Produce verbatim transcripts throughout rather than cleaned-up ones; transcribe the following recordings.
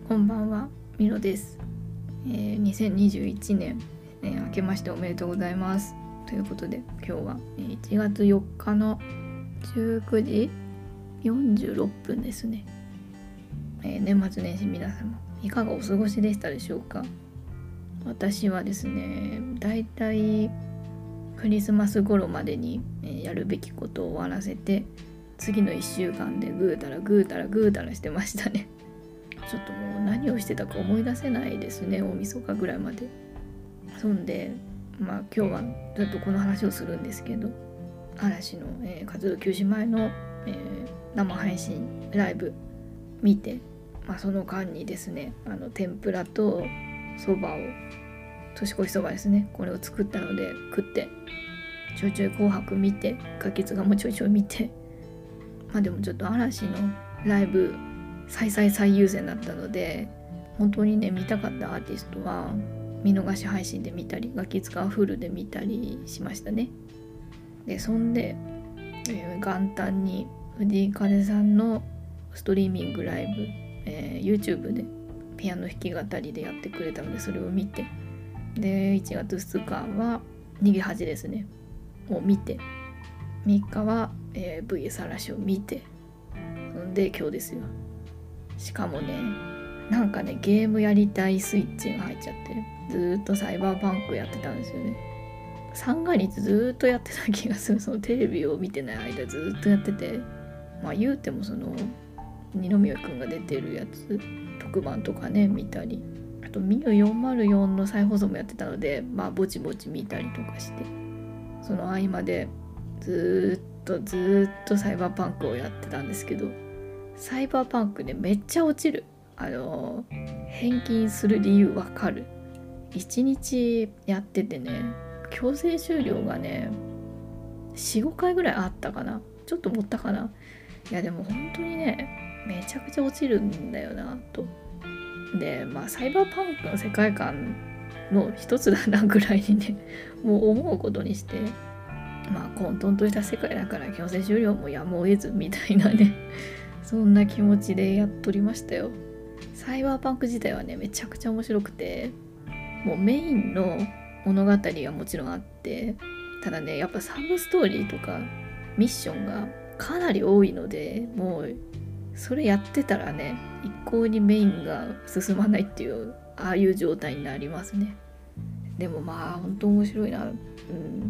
こんばんは、ミロです。えー、にせんにじゅういちねん、えー、明けましておめでとうございます。ということで今日はいちがつよっかのじゅうくじよんじゅうろっぷんですね。えー、年末年始皆様いかがお過ごしでしたでしょうか。私はですね、だいたいクリスマス頃までに、えー、やるべきことを終わらせて、次のいっしゅうかんでぐうたらぐうたらぐうたらしてましたね。ちょっともう何をしてたか思い出せないですね、大晦日ぐらいまで。そんでまあ今日はずっとこの話をするんですけど、嵐の、えー、活動休止前の、えー、生配信ライブ見て、まあ、その間にですね、あの天ぷらとそばを、年越しそばですね、これを作ったので食って、ちょいちょい紅白見て、ガキツガもちょいちょい見て、まあでもちょっと嵐のライブ最最最優先だったので、本当にね見たかったアーティストは見逃し配信で見たり、ガキ使うフルで見たりしましたね。でそんで、えー、元旦に藤井風さんのストリーミングライブ、えー、YouTube でピアノ弾き語りでやってくれたので、それを見て、でいちがつふつかは逃げ恥ですねを見て、みっかは、えー、ブイエス 嵐を見て、そんで今日ですよ。しかもね、なんかねゲームやりたいスイッチが入っちゃって、ずっとサイバーパンクやってたんですよね。三が日ずっとやってた気がする。そのテレビを見てない間ずっとやってて、まあ言うてもその二宮くんが出てるやつ特番とかね見たり、あとミュよんまるよんの再放送もやってたので、まあぼちぼち見たりとかして、その合間でずっとずっとサイバーパンクをやってたんですけど、サイバーパンクねめっちゃ落ちる。あの返金する理由わかる。いちにちやっててね、強制終了がね よん,ご 回ぐらいあったかな、ちょっと持ったかな。いやでも本当にねめちゃくちゃ落ちるんだよなと。でまあサイバーパンクの世界観の一つだなぐらいにねもう思うことにして、まあ混沌とした世界だから強制終了もやむを得ずみたいなねそんな気持ちでやっとりましたよ。サイバーパンク自体はねめちゃくちゃ面白くて、もうメインの物語がもちろんあって、ただねやっぱサブストーリーとかミッションがかなり多いので、もうそれやってたらね一向にメインが進まないっていう、ああいう状態になりますね。でもまあ本当面白いな、うん、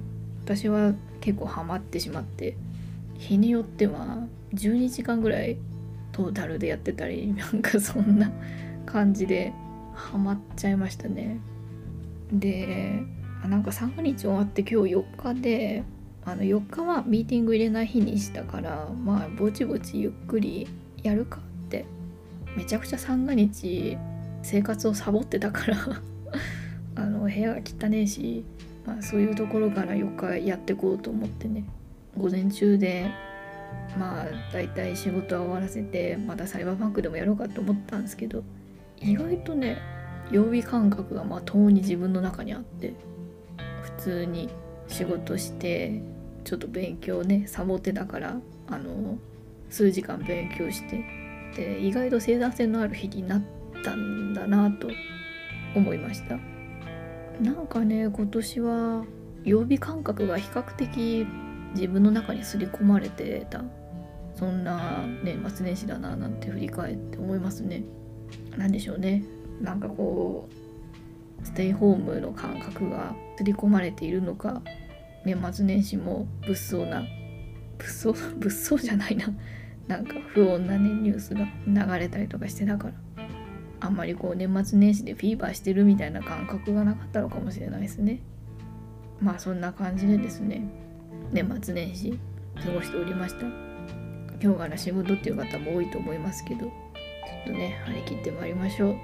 私は結構ハマってしまって、日によってはじゅうにじかんぐらいトータルでやってたり、なんかそんな感じでハマっちゃいましたね。でなんか三が日終わって今日よっかで、あのよっかはミーティング入れない日にしたから、まあぼちぼちゆっくりやるかって、めちゃくちゃ三が日生活をサボってたからあの部屋が汚ねえし、まあ、そういうところからよっかやってこうと思ってね、午前中でまあだいたい仕事は終わらせて、またサイバーパンクでもやろうかと思ったんですけど、意外とね曜日感覚がまあともに自分の中にあって、普通に仕事してちょっと勉強ねサボってたから、あの数時間勉強して、で意外と生産性のある日になったんだなと思いました。なんかね今年は曜日感覚が比較的自分の中に刷り込まれてた、そんな年末年始だななんて振り返って思いますね。なんでしょうね、なんかこうステイホームの感覚が刷り込まれているのか、年末年始も物騒な物騒物騒じゃないななんか不穏なねニュースが流れたりとかしてたから、あんまりこう年末年始でフィーバーしてるみたいな感覚がなかったのかもしれないですね。まあそんな感じでですね、年末年始過ごしておりました。今日から仕事っていう方も多いと思いますけど、ちょっとね張り切ってまいりましょう。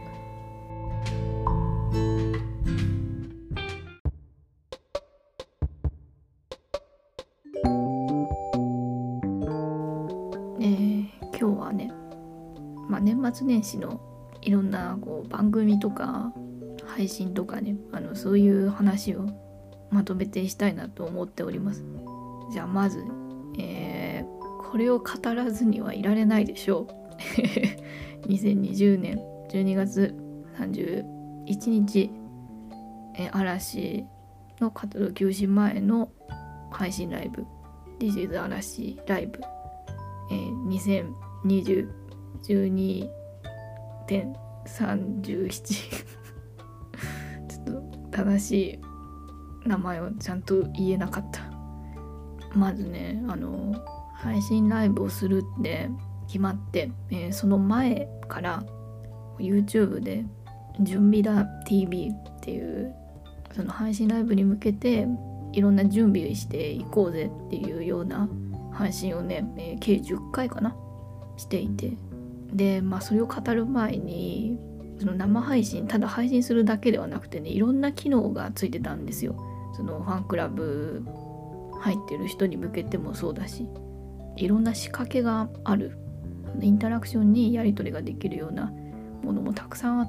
えー、今日はね、まあ、年末年始のいろんなこう番組とか配信とかね、あのそういう話をまとめてしたいなと思っております。じゃあまず、えー、これを語らずにはいられないでしょうにせんにじゅうねんじゅうにがつさんじゅういちにち、えー、嵐の活動休止前の配信ライブ This is 嵐ライブ、えー、にせんにじゅう じゅうにてんさんじゅうなな ちょっと正しい名前をちゃんと言えなかった。まずね、あの配信ライブをするって決まって、えー、その前から YouTube で準備だ ティービー っていうその配信ライブに向けていろんな準備をしていこうぜっていうような配信をね、えー、計じゅっかいかなしていて、でまあそれを語る前にその生配信ただ配信するだけではなくてね、いろんな機能がついてたんですよ。そのファンクラブ入ってる人に向けてもそうだし、いろんな仕掛けがある、インタラクションにやり取りができるようなものもたくさんあって、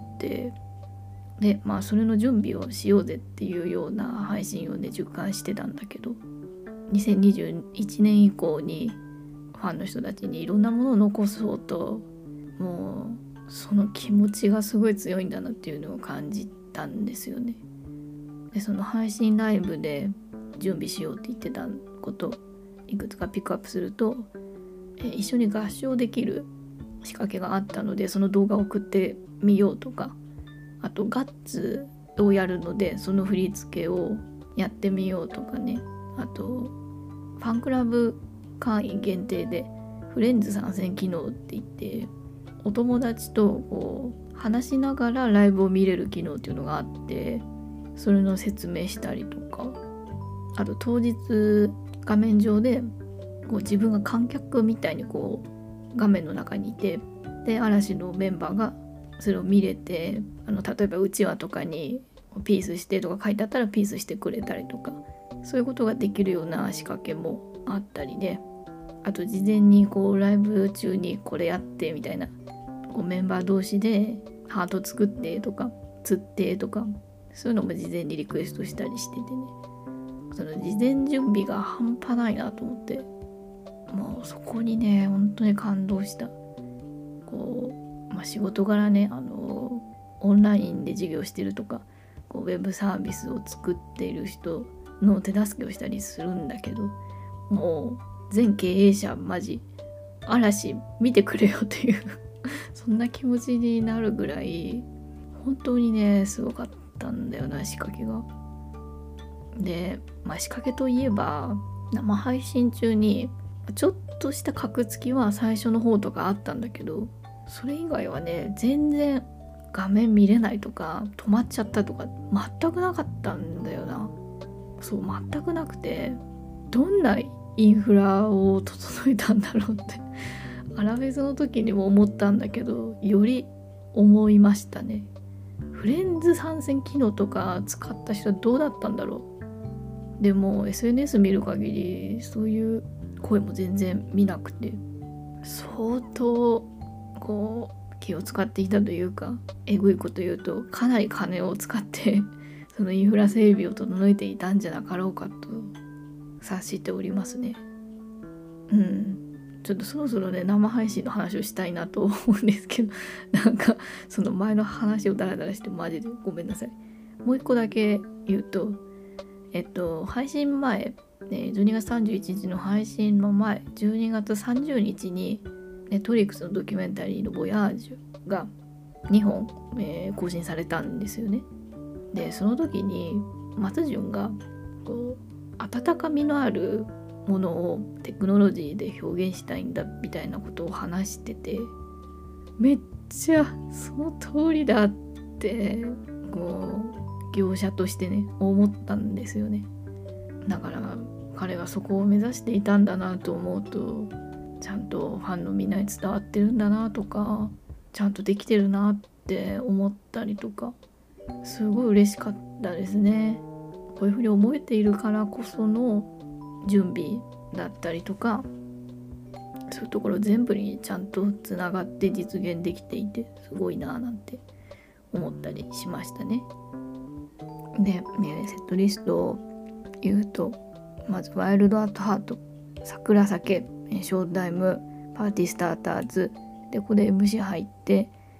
でまあそれの準備をしようぜっていうような配信をねじゅっかいしてたんだけど、にせんにじゅういちねん以降にファンの人たちにいろんなものを残そうと、もうその気持ちがすごい強いんだなっていうのを感じたんですよね。でその配信ライブで準備しようって言ってたこといくつかピックアップすると、え一緒に合唱できる仕掛けがあったのでその動画を送ってみようとか、あとガッツをやるのでその振り付けをやってみようとかね、あとファンクラブ会員限定でフレンズ参戦機能って言ってお友達とこう話しながらライブを見れる機能っていうのがあって、それの説明したりとか、あと当日画面上でこう自分が観客みたいにこう画面の中にいて、で嵐のメンバーがそれを見れて、あの例えばうちわとかにピースしてとか書いてあったらピースしてくれたりとか、そういうことができるような仕掛けもあったりで、あと事前にこうライブ中にこれやってみたいな、こうメンバー同士でハート作ってとか釣ってとか、そういうのも事前にリクエストしたりしててね、その事前準備が半端ないなと思って、もうそこにね本当に感動した。こう、まあ、仕事柄ね、あのオンラインで授業してるとかこうウェブサービスを作っている人の手助けをしたりするんだけど、もう全経営者マジ嵐見てくれよっていうそんな気持ちになるぐらい本当にねすごかったんだよな、仕掛けが。で、まあ、仕掛けといえば生配信中にちょっとしたカクつきは最初の方とかあったんだけど、それ以外はね全然画面見れないとか止まっちゃったとか全くなかったんだよな。そう全くなくて、どんなインフラを整えたんだろうってアラフェスの時にも思ったんだけど、より思いましたね。フレンズ参戦機能とか使った人はどうだったんだろう。でも エスエヌエス 見る限りそういう声も全然見なくて、相当こう気を使っていたというか、えぐいこと言うとかなり金を使ってそのインフラ整備を整えていたんじゃなかろうかと察しておりますね。うん、ちょっとそろそろね生配信の話をしたいなと思うんですけど、なんかその前の話をダラダラしてマジでごめんなさい。もう一個だけ言うと、えっと配信前、ね、じゅうにがつさんじゅういちにちの配信の前じゅうにがつさんじゅうにちにネットフリックスのドキュメンタリーのボヤージュがにほん、えー、更新されたんですよね。でその時に松潤がこう温かみのあるものをテクノロジーで表現したいんだみたいなことを話してて、めっちゃその通りだってこう業者としてね思ったんですよね。だから彼はそこを目指していたんだなと思うと、ちゃんとファンのみんなに伝わってるんだなとか、ちゃんとできてるなって思ったりとか、すごい嬉しかったですね。こういうふうに思えているからこその準備だったりとか、そういうところ全部にちゃんとつながって実現できていてすごいななんて思ったりしましたね。で、ね、セットリストを言うと、まずワイルドアットハート、桜酒、ショータイム、パーティースターターズで、ここで エムシー 入って、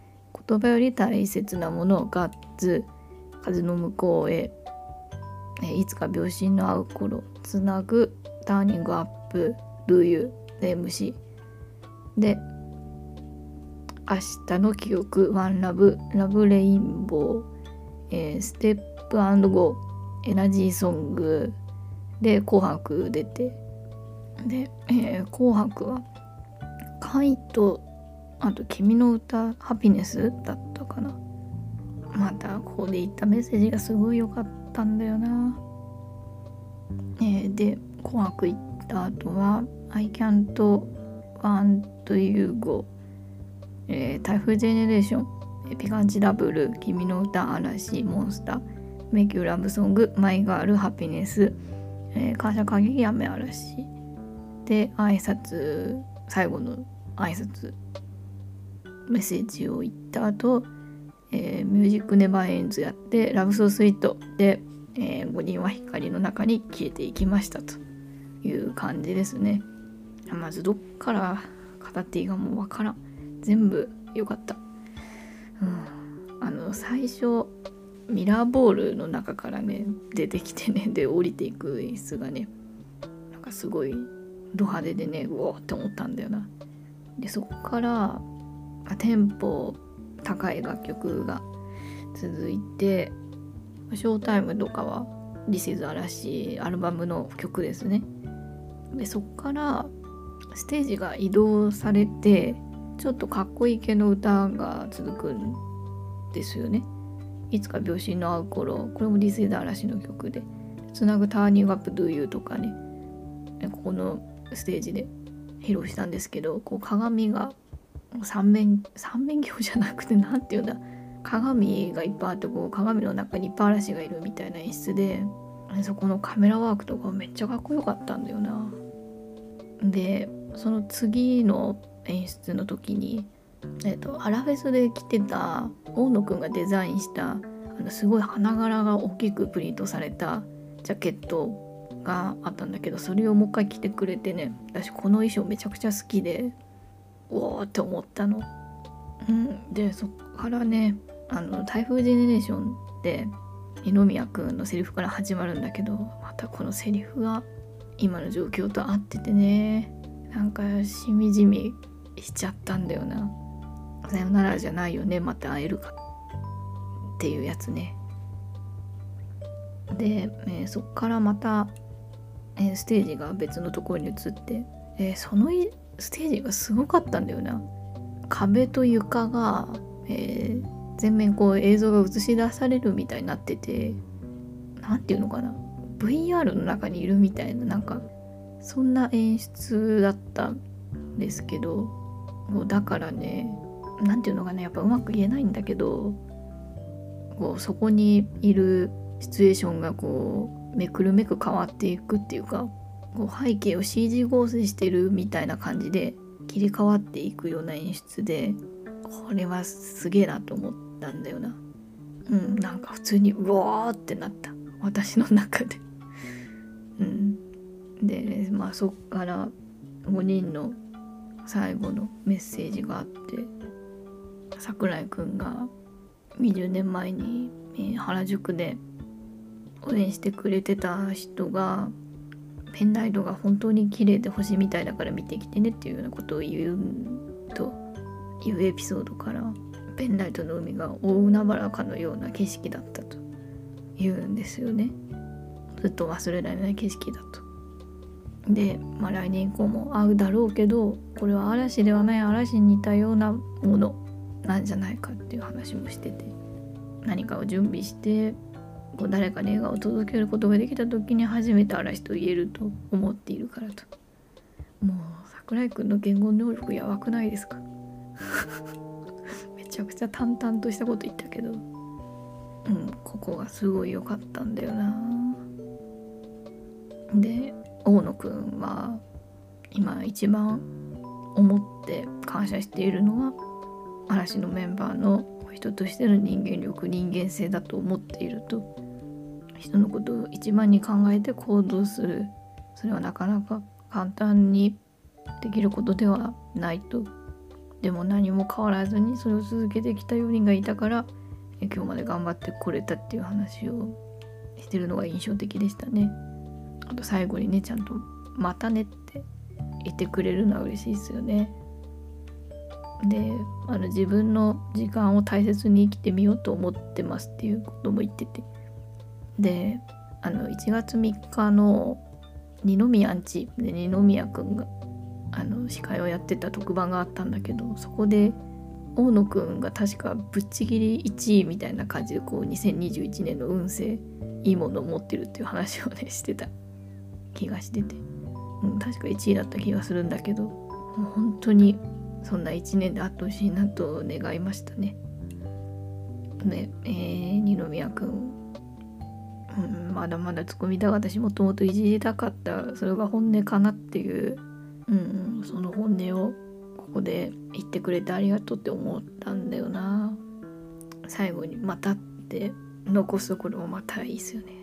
言葉より大切なものガッツ風の向こうへ、えいつか秒針の合う頃つなぐターニングアップ Do You で エムシー で明日の記憶ワンラブラブレインボー、えー、ステップアンドゴーエナジーソングで紅白出てで、えー、紅白はカイトあと君の歌ハピネスだったかな。またここで言ったメッセージがすごい良かったんだよな。えー、で紅白行った後は I can't want you go、えー、台風ジェネレーションピカンチダブル君の歌嵐モンスターメイキューラブソングマイガールハピネス、えー、感謝限り雨嵐で挨拶最後の挨拶メッセージを言った後、えー、ミュージックネバーエンズやってラブソースイートで、えー、ごにんは光の中に消えていきましたという感じですね。まずどっから語っていいかもわからん。全部良かった、うん、あの最初ミラーボールの中からね出てきてねで降りていく演出がねなんかすごいド派手でねうおーって思ったんだよな。でそっからテンポ高い楽曲が続いてショータイムとかは This is 嵐アルバムの曲ですね。でそっからステージが移動されてちょっとかっこいい系の歌が続くんですよね。いつか秒針の合う頃これも This is 嵐の曲でつなぐターニングアップ Do You とかねここのステージで披露したんですけどこう鏡が三面三面鏡じゃなくてなんていうんだ鏡がいっぱいあってこう鏡の中にいっぱい嵐がいるみたいな演出でそこのカメラワークとかめっちゃかっこよかったんだよな。でその次の演出の時に、えーと、アラフェスで着てた大野くんがデザインしたあのすごい花柄が大きくプリントされたジャケットがあったんだけどそれをもう一回着てくれてね私この衣装めちゃくちゃ好きでおーって思ったの、うん、でそっからねあの台風ジェネレーションで二宮くんのセリフから始まるんだけどまたこのセリフが今の状況と合っててねなんかしみじみしちゃったんだよな。さよならじゃないよねまた会えるかっていうやつね。で、えー、そっからまた、えー、ステージが別のところに移って、えー、そのステージがすごかったんだよな。壁と床が、えー、全面こう映像が映し出されるみたいになっててなんていうのかな ブイアール の中にいるみたいななんかそんな演出だったんですけどもうだからねなんていうのかなやっぱうまく言えないんだけどこうそこにいるシチュエーションがこうめくるめく変わっていくっていうかこう背景を シージー 合成してるみたいな感じで切り替わっていくような演出でこれはすげえなと思ったんだよな。うんなんか普通にうわーってなった私の中でうんでまあそっからごにんの最後のメッセージがあって桜井くんがにじゅうねんまえに、えー、原宿で応援してくれてた人がペンライトが本当に綺麗で星みたいだから見てきてねっていうようなことを言うというエピソードからペンライトの海が大海原かのような景色だったと言うんですよね。ずっと忘れられない景色だと。で、まあ、来年以降も会うだろうけどこれは嵐ではない嵐に似たようなものなんじゃないかっていう話もしてて何かを準備してこう誰かに笑顔を届けることができた時に初めて嵐と言えると思っているからと。もう桜井くんの言語能力やばくないですかめちゃくちゃ淡々としたこと言ったけどうんここがすごい良かったんだよな。で大野くんは今一番思って感謝しているのは嵐のメンバーの人としての人間力人間性だと思っていると。人のことを一番に考えて行動するそれはなかなか簡単にできることではないと。 でも何も変わらずにそれを続けてきたよにんがいたから今日まで頑張ってこれたっていう話をしてるのが印象的でしたね。あと最後にねちゃんとまたねって言ってくれるのは嬉しいですよね。であの自分の時間を大切に生きてみようと思ってますっていうことも言ってて、であのいちがつみっかの二宮んちで二宮くんがあの司会をやってた特番があったんだけど、そこで大野くんが確かぶっちぎりいちいみたいな感じでこうにせんにじゅういちねんの運勢いいものを持ってるっていう話をねしてた気がしてて、うん、確かいちいだった気がするんだけど、もう本当にそんないちねんであってほしいなと願いましたね。で、えー、二宮くん、うん、まだまだ突っ込みたかったし、もともといじりたかった、それが本音かなっていう、うん、その本音をここで言ってくれてありがとうって思ったんだよな。最後にまたって残すところもまたいいですよね。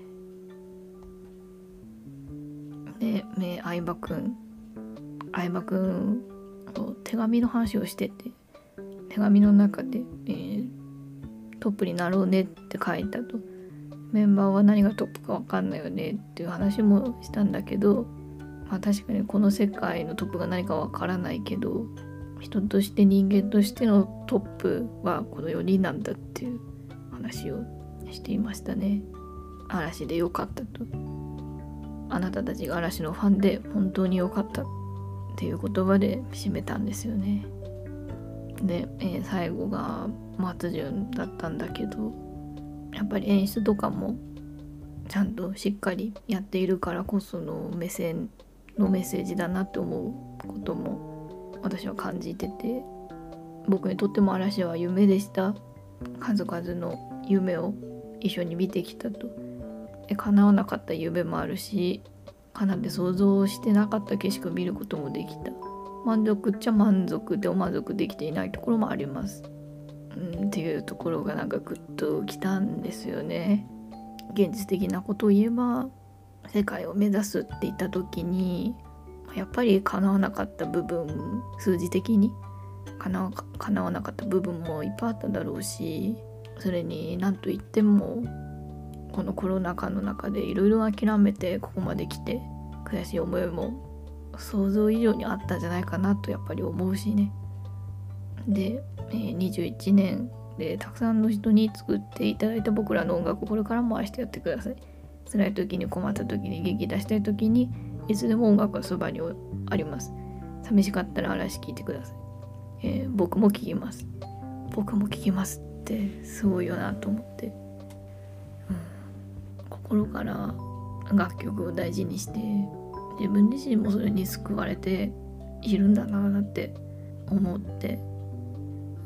で、ね、相葉くん相葉くん手紙の話をしてて、手紙の中で、えー、トップになろうねって書いたと、メンバーは何がトップか分かんないよねっていう話もしたんだけど、まあ確かにこの世界のトップが何か分からないけど、人として人間としてのトップはこのよにんなんだっていう話をしていましたね。嵐でよかったと、あなたたちが嵐のファンで本当によかったっていう言葉で締めたんですよね。で、えー、最後が松潤だったんだけど、やっぱり演出とかもちゃんとしっかりやっているからこその目線のメッセージだなって思うことも私は感じてて、僕にとっても嵐は夢でした。数々の夢を一緒に見てきたと。で叶わなかった夢もあるし、叶って想像してなかった景色を見ることもできた。満足っちゃ満足でも満足できていないところもあります、うん、っていうところがなんかグッときたんですよね。現実的なことを言えば、世界を目指すって言った時にやっぱり叶わなかった部分、数字的に叶わ、叶わなかった部分もいっぱいあっただろうし、それに何と言ってもこのコロナ禍の中でいろいろ諦めてここまで来て、悔しい思いも想像以上にあったんじゃないかなとやっぱり思うしね。で、えー、にじゅういちねんでたくさんの人に作っていただいた僕らの音楽をこれからも愛してやってください。辛い時に困った時に元気出したい時にいつでも音楽はそばにあります。寂しかったら嵐聴いてください、えー、僕も聴きます僕も聴きますってすごいよなと思って、うん、心から楽曲を大事にして自分自身もそれに救われているんだなって思って、うん、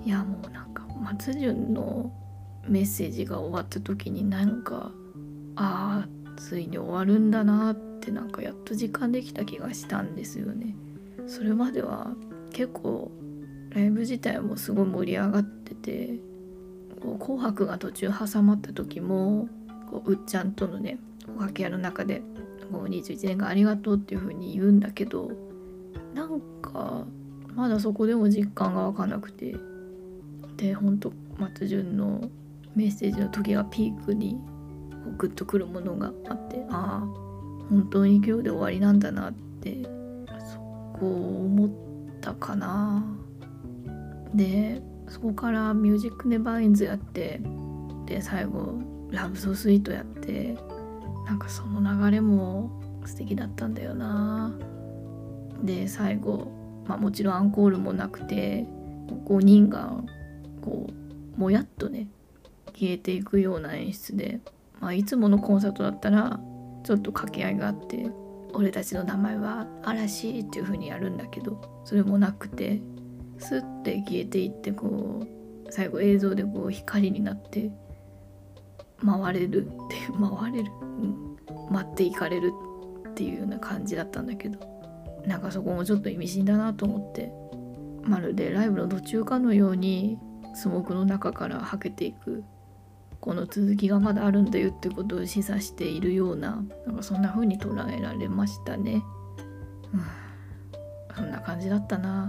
いやもうなんか松潤のメッセージが終わった時になんかああついに終わるんだなってなんかやっと実感できた気がしたんですよね。それまでは結構ライブ自体もすごい盛り上がってて、こう紅白が途中挟まった時もこううっちゃんとのねお掛け合いの中でこうにじゅういちねんかんありがとうっていう風に言うんだけど、なんかまだそこでも実感が湧かなくて、でほんと松潤のメッセージの時がピークにこうグッとくるものがあって、ああ本当に今日で終わりなんだなってそこを思ったかな。でそこからミュージックネバーエンズやって、で最後ラブソースイートやって、なんかその流れも素敵だったんだよな。で最後、まあ、もちろんアンコールもなくてごにんがこうもやっとね消えていくような演出で、まあ、いつものコンサートだったらちょっと掛け合いがあって俺たちの名前は嵐っていう風にやるんだけど、それもなくてスッて消えていって、こう最後映像でこう光になって回れるっていう回れる、うん、待っていかれるっていうような感じだったんだけど、なんかそこもちょっと意味深だなと思って、まるでライブの途中かのようにスモークの中からはけていく、この続きがまだあるんだよってことを示唆しているような、なんかそんな風に捉えられましたね、うん、そんな感じだったな。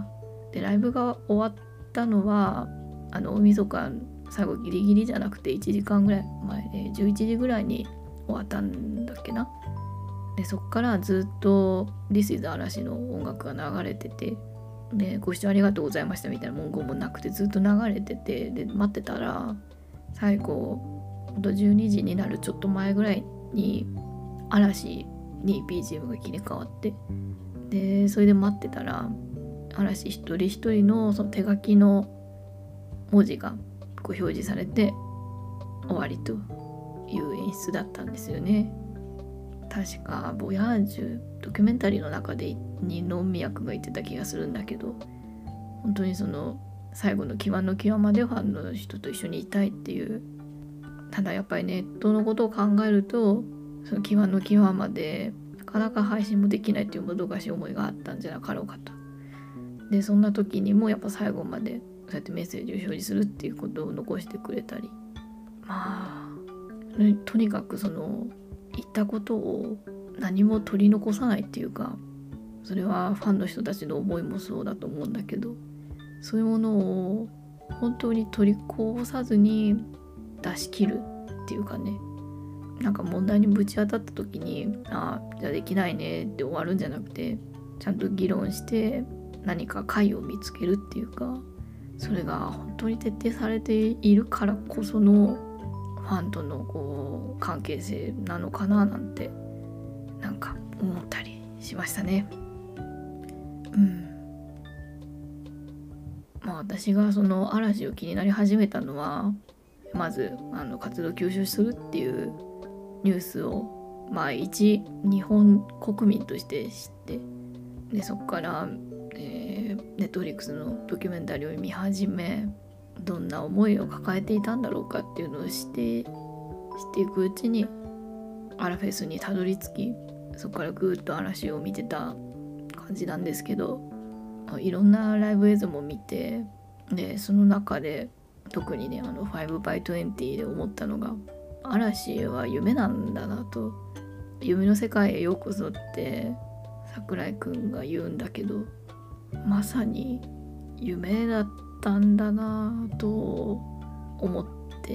でライブが終わったのはあの大晦日最後ギリギリじゃなくていちじかんぐらい前でじゅういちじぐらいに終わったんだっけな。でそっからずっと This is 嵐の音楽が流れてて、でご視聴ありがとうございましたみたいな文言もなくてずっと流れてて、で待ってたら最後ほんとじゅうにじになるちょっと前ぐらいに嵐に ビージーエム が切り替わって、でそれで待ってたら嵐一人一人のその手書きの文字がこう表示されて終わりという演出だったんですよね。確かボヤージュドキュメンタリーの中で二宮君が言ってた気がするんだけど、本当にその最後の際の際までファンの人と一緒にいたいっていう。ただやっぱりネットのことを考えるとその際の際までなかなか配信もできないっていうもどかしい思いがあったんじゃなかろうかと。でそんな時にもやっぱ最後までそうやってメッセージを表示するっていうことを残してくれたり、まあとにかくその言ったことを何も取り残さないっていうか、それはファンの人たちの思いもそうだと思うんだけど、そういうものを本当に取りこぼさずに出し切るっていうかね、なんか問題にぶち当たった時にああじゃあできないねって終わるんじゃなくて、ちゃんと議論して何か解を見つけるっていうか、それが本当に徹底されているからこそのファンとのこう関係性なのかななんてなんか思ったりしましたね。うんまあ私がその嵐を気になり始めたのは、まずあの活動休止するっていうニュースをまあ一日本国民として知って、でそこからえー、ネットフリックスのドキュメンタリーを見始め、どんな思いを抱えていたんだろうかっていうのを知って知っていくうちにアラフェスにたどり着き、そこからぐーっと嵐を見てた感じなんですけど、いろんなライブ映像も見て、でその中で特にねあの ファイブバイトゥエンティー で思ったのが、嵐は夢なんだなと、夢の世界へようこそって桜井くんが言うんだけど、まさに夢だったんだなと思って、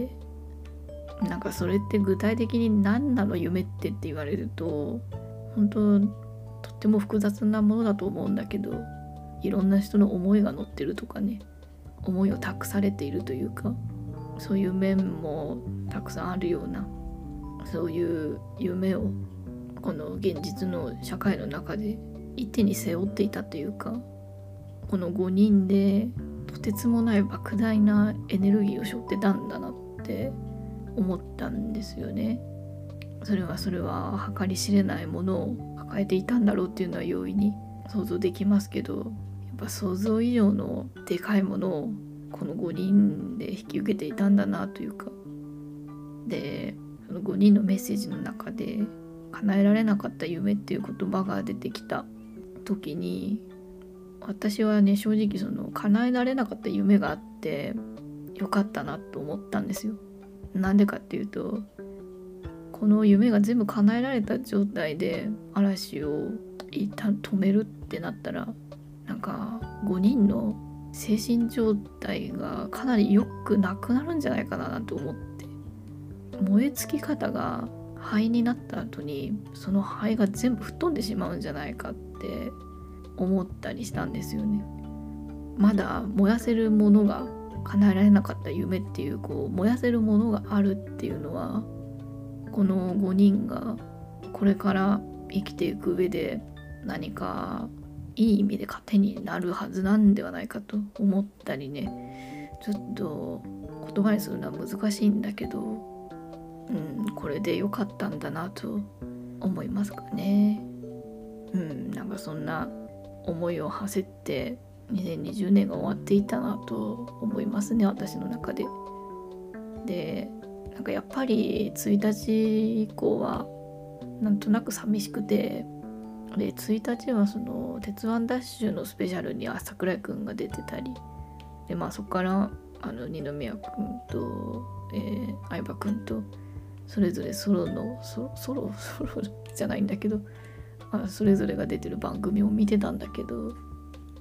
なんかそれって具体的に何なの夢ってって言われると本当とっても複雑なものだと思うんだけど、いろんな人の思いが乗ってるとかね、思いを託されているというか、そういう面もたくさんあるような、そういう夢をこの現実の社会の中で一手に背負っていたというか、このごにんでとてつもない莫大なエネルギーを背負ってたんだなって思ったんですよね。それはそれは計り知れないものを抱えていたんだろうっていうのは容易に想像できますけど、やっぱ想像以上のでかいものをこのごにんで引き受けていたんだなというか、でそのごにんのメッセージの中で叶えられなかった夢っていう言葉が出てきた時に、私はね正直その叶えられなかった夢があってよかったなと思ったんですよ。なんでかっていうと、この夢が全部叶えられた状態で嵐を一旦止めるってなったら、なんかごにんの精神状態がかなり良くなくなるんじゃないかなと思って、燃え尽き方が灰になった後にその灰が全部吹っ飛んでしまうんじゃないかって思ったりしたんですよね。まだ燃やせるものが、叶えられなかった夢っていうこう燃やせるものがあるっていうのは、このごにんがこれから生きていく上で何かいい意味で糧になるはずなんではないかと思ったりね、ちょっと言葉にするのは難しいんだけど、うんこれで良かったんだなと思いますかね。うんなんかそんな思いを馳せてにせんにじゅうねんが終わっていたなと思いますね、私の中で。でなんかやっぱりついたち以降はなんとなく寂しくて、でついたちはその鉄腕ダッシュのスペシャルに桜井くんが出てたりで、まあそこからあの二宮くんと、えー、相葉くんとそれぞれソロのソロソロソロじゃないんだけど、まあ、それぞれが出てる番組を見てたんだけど、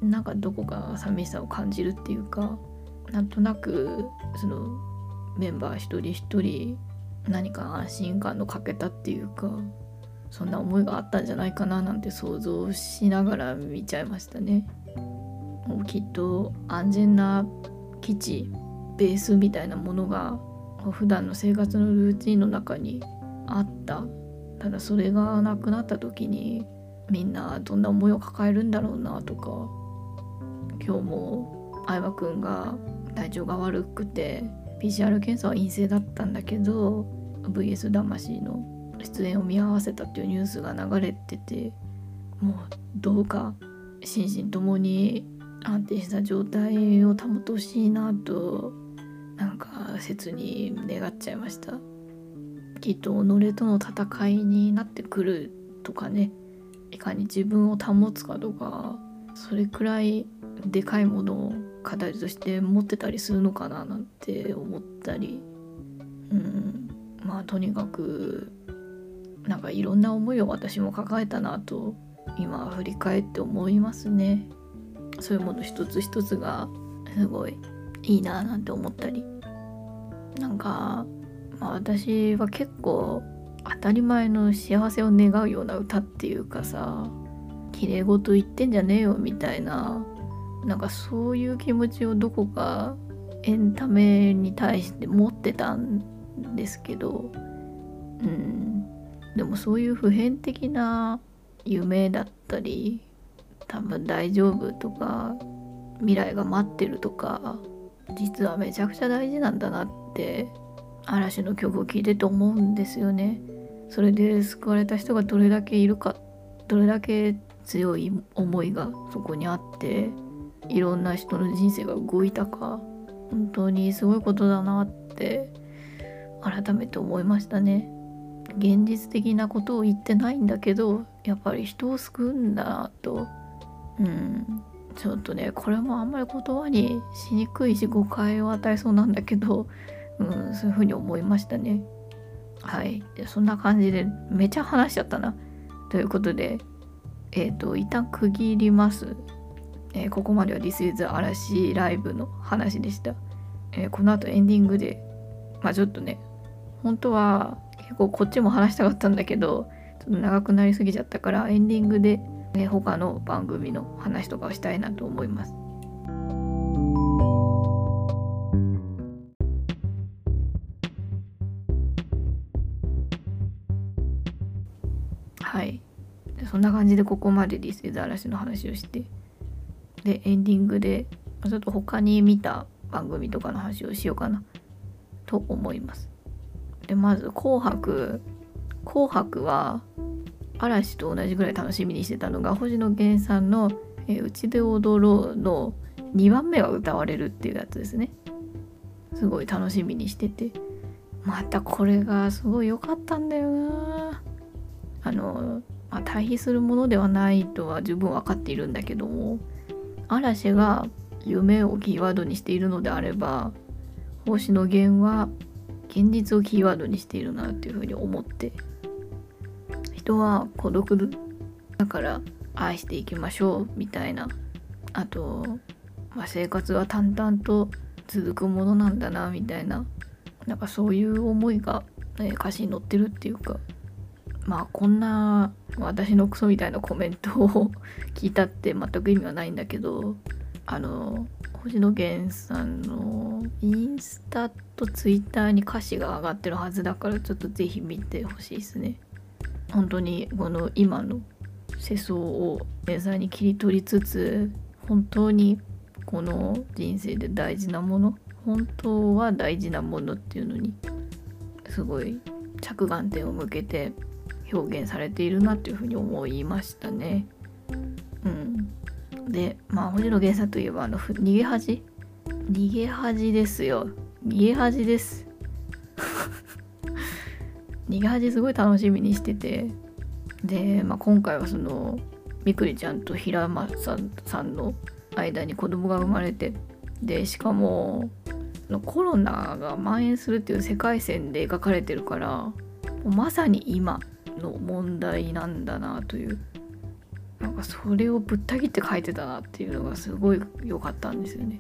なんかどこか寂しさを感じるっていうか、なんとなくそのメンバー一人一人何か安心感の欠けたっていうか、そんな思いがあったんじゃないかななんて想像しながら見ちゃいましたね。もうきっと安全な基地ベースみたいなものが普段の生活のルーティンの中にあった。ただそれがなくなった時にみんなどんな思いを抱えるんだろうなとか、今日も相葉くんが体調が悪くて ピーシーアール 検査は陰性だったんだけど ブイエス 魂の出演を見合わせたっていうニュースが流れてて、もうどうか心身ともに安定した状態を保ってほしいなとなんか切に願っちゃいました。きっと己との戦いになってくるとかね、いかに自分を保つかとか、それくらいでかいものを形として持ってたりするのかななんて思ったり、うんまあとにかくなんかいろんな思いを私も抱えたなと今振り返って思いますね。そういうもの一つ一つがすごいいいななんて思ったり、なんか、まあ、私は結構当たり前の幸せを願うような歌っていうかさ、綺麗事言ってんじゃねえよみたいな、なんかそういう気持ちをどこかエンタメに対して持ってたんですけど、うんでもそういう普遍的な夢だったり、多分大丈夫とか未来が待ってるとか、実はめちゃくちゃ大事なんだなって嵐の曲を聴いてて思うんですよね。それで救われた人がどれだけいるか、どれだけ強い思いがそこにあっていろんな人の人生が動いたか、本当にすごいことだなって改めて思いましたね。現実的なことを言ってないんだけど、やっぱり人を救うんだなと、うんちょっとねこれもあんまり言葉にしにくいし誤解を与えそうなんだけど、うん、そういう風に思いましたね。はい、でそんな感じでめちゃ話しちゃったなということで、えっと一旦区切ります。えー、ここまでは This is 嵐ライブの話でした。えー、この後エンディングでまあちょっとね本当は結構こっちも話したかったんだけどちょっと長くなりすぎちゃったからエンディングで、ね、他の番組の話とかをしたいなと思います。はい、でそんな感じでここまで This is 嵐の話をして、でエンディングでちょっと他に見た番組とかの話をしようかなと思います。でまず紅白紅白は嵐と同じぐらい楽しみにしてたのが星野源さんの「えー、うちで踊ろう」のにばんめが歌われるっていうやつですね。すごい楽しみにしてて、またこれがすごい良かったんだよな。あの、まあ、対比するものではないとは十分分かっているんだけども、嵐が夢をキーワードにしているのであれば星野源は現実をキーワードにしているなっていうふうに思って、人は孤独だから愛していきましょうみたいな、あと、まあ、生活は淡々と続くものなんだなみたいな、なんかそういう思いが、ね、歌詞に載ってるっていうか、まあこんな私のクソみたいなコメントを聞いたって全く意味はないんだけど、あの星野源さんのインスタとツイッターに歌詞が上がってるはずだから、ちょっとぜひ見てほしいですね。本当にこの今の世相を連載に切り取りつつ、本当にこの人生で大事なもの、本当は大事なものっていうのにすごい着眼点を向けて表現されているなっていうふうに思いましたね。うん。で、まあ星野源さんといえばあの逃げ恥逃げ恥ですよ。逃げ恥です。逃げ恥すごい楽しみにしてて、で、まあ、今回はそのみくりちゃんと平正さんの間に子供が生まれて、でしかもコロナが蔓延するっていう世界線で描かれてるから、まさに今の問題なんだなという、 なんかそれをぶった切って書いてたなっていうのがすごい良かったんですよね。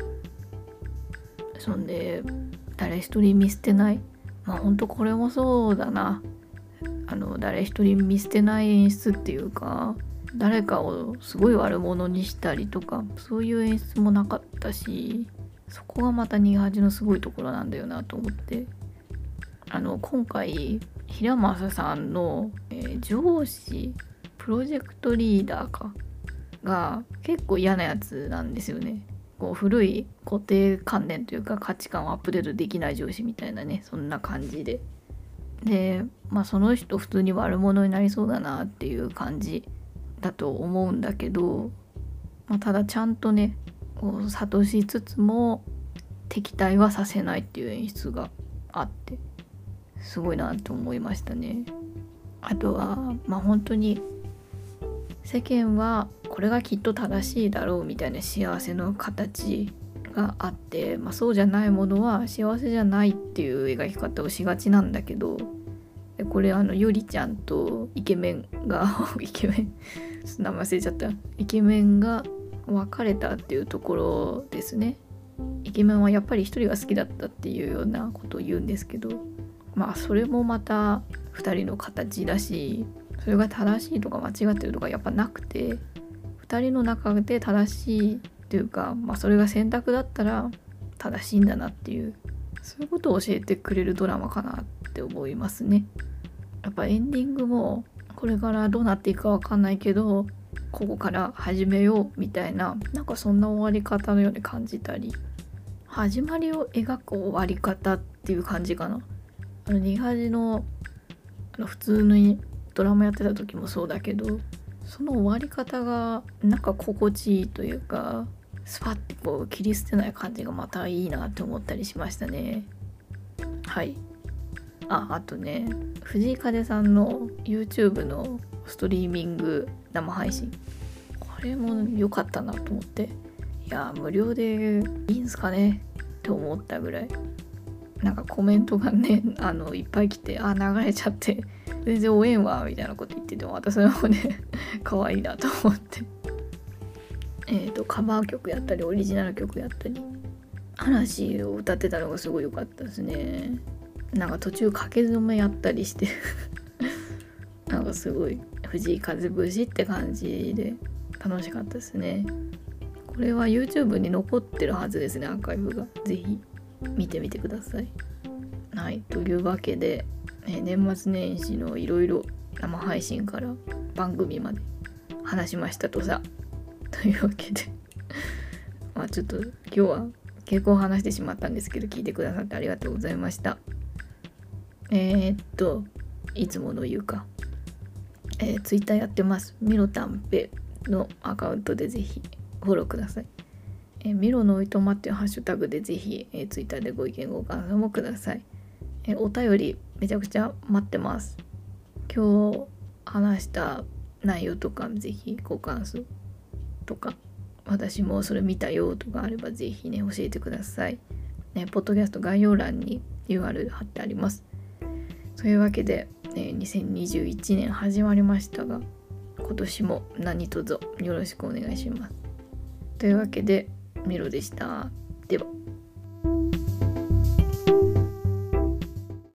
そんで誰一人見捨てない、まあほんとこれもそうだな、あの誰一人見捨てない演出っていうか、誰かをすごい悪者にしたりとかそういう演出もなかったし、そこがまたにがじのすごいところなんだよなと思って、あの今回平正さんの、えー、上司プロジェクトリーダーかが結構嫌なやつなんですよね。こう古い固定観念というか価値観をアップデートできない上司みたいなね、そんな感じでで、まあその人普通に悪者になりそうだなっていう感じだと思うんだけど、まあ、ただちゃんとねこう諭しつつも敵対はさせないっていう演出があってすごいなと思いましたね。あとはまあ本当に世間はこれがきっと正しいだろうみたいな幸せの形があって、まあ、そうじゃないものは幸せじゃないっていう描き方をしがちなんだけど、これあのゆりちゃんとイケメンがイケメン名前忘れちゃった、イケメンが別れたっていうところですね。イケメンはやっぱり一人が好きだったっていうようなことを言うんですけど、まあそれもまたふたりの形だし、それが正しいとか間違ってるとかやっぱなくて、ふたりの中で正しいっていうか、まあそれが選択だったら正しいんだなっていう、そういうことを教えてくれるドラマかなって思いますね。やっぱエンディングもこれからどうなっていくかわかんないけど、ここから始めようみたいな、なんかそんな終わり方のように感じたり、始まりを描く終わり方っていう感じかな。あのにがじのあの普通にドラマやってた時もそうだけど、その終わり方がなんか心地いいというか、スパッてこう切り捨てない感じがまたいいなって思ったりしましたね。はい。あ、あとね、藤井風さんの YouTube のストリーミング生配信、これも良かったなと思って、いや無料でいいんすかねって思ったぐらい、なんかコメントがねあのいっぱい来て、あ流れちゃって全然応援わみたいなこと言ってても、私もね可愛いなと思ってえっとカバー曲やったりオリジナル曲やったり話を歌ってたのがすごい良かったですね。なんか途中駆け初めやったりしてなんかすごい藤井風節って感じで楽しかったですね。これは YouTube に残ってるはずですね、アーカイブが。ぜひ見てみてください。はい、というわけで、えー、年末年始のいろいろ生配信から番組まで話しましたとさ。というわけでまあちょっと今日は結構話してしまったんですけど、聞いてくださってありがとうございました。えー、っといつもの言うか、えー、Twitter やってます。ミロタンペのアカウントでぜひフォローください。えー、ミロのおいとまっていうハッシュタグでぜひ、えー、Twitter でご意見ご感想もください。えー、お便りめちゃくちゃ待ってます。今日話した内容とかぜひご感想とか、私もそれ見たよとかあればぜひね教えてください。ね、ポッドキャスト概要欄に ユーアール 貼ってあります。というわけで、えー、にせんにじゅういちねん始まりましたが、今年も何卒よろしくお願いします。というわけでミロでした。では。